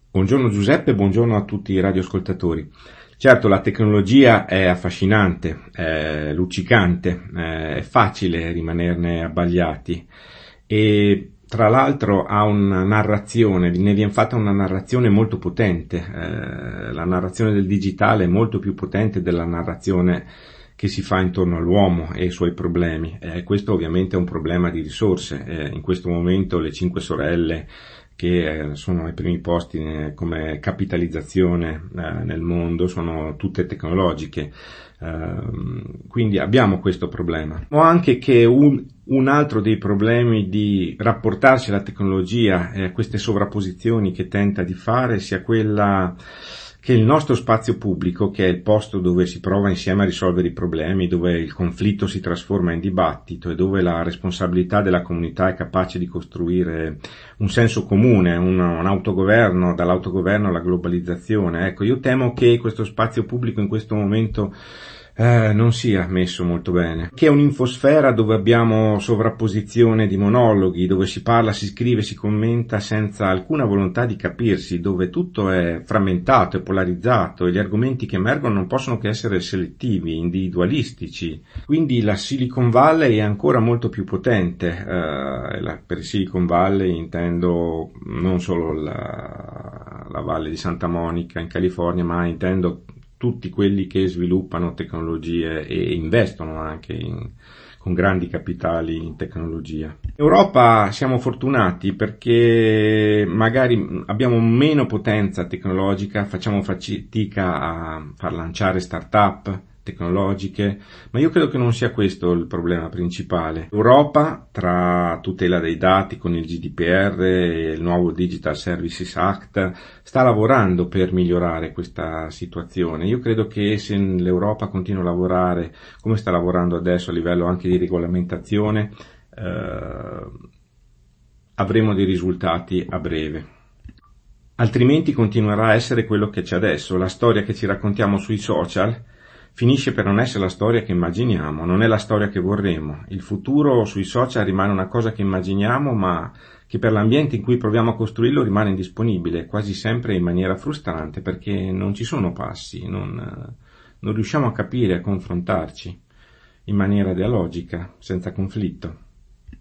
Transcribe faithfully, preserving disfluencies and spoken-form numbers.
Buongiorno Giuseppe, buongiorno a tutti i radioascoltatori. Certo, la tecnologia è affascinante, è luccicante, è facile rimanerne abbagliati e tra l'altro ha una narrazione, ne viene fatta una narrazione molto potente. Eh, la narrazione del digitale è molto più potente della narrazione che si fa intorno all'uomo e ai suoi problemi. Eh, questo ovviamente è un problema di risorse. Eh, in questo momento le cinque sorelle che sono ai primi posti come capitalizzazione eh, nel mondo, sono tutte tecnologiche, uh, quindi abbiamo questo problema. O anche che un, un altro dei problemi di rapportarsi alla tecnologia e a queste sovrapposizioni che tenta di fare sia quella che il nostro spazio pubblico, che è il posto dove si prova insieme a risolvere i problemi, dove il conflitto si trasforma in dibattito e dove la responsabilità della comunità è capace di costruire un senso comune, un, un autogoverno, dall'autogoverno alla globalizzazione. Ecco, io temo che questo spazio pubblico in questo momento Eh, non sia messo molto bene, che è un'infosfera dove abbiamo sovrapposizione di monologhi, dove si parla, si scrive, si commenta senza alcuna volontà di capirsi, dove tutto è frammentato e polarizzato e gli argomenti che emergono non possono che essere selettivi, individualistici. Quindi la Silicon Valley è ancora molto più potente. Eh, la, per Silicon Valley intendo non solo la, la Valle di Santa Monica in California, ma intendo tutti quelli che sviluppano tecnologie e investono anche in, con grandi capitali in tecnologia. In Europa siamo fortunati perché magari abbiamo meno potenza tecnologica, facciamo fatica a far lanciare start-up tecnologiche, ma io credo che non sia questo il problema principale. L'Europa, tra tutela dei dati con il G D P R e il nuovo Digital Services Act, sta lavorando per migliorare questa situazione. Io credo che se l'Europa continua a lavorare come sta lavorando adesso a livello anche di regolamentazione, eh, avremo dei risultati a breve. Altrimenti continuerà a essere quello che c'è adesso, la storia che ci raccontiamo sui social finisce per non essere la storia che immaginiamo, non è la storia che vorremmo. Il futuro sui social rimane una cosa che immaginiamo, ma che per l'ambiente in cui proviamo a costruirlo rimane indisponibile, quasi sempre in maniera frustrante, perché non ci sono passi, non, non riusciamo a capire, a confrontarci in maniera dialogica, senza conflitto.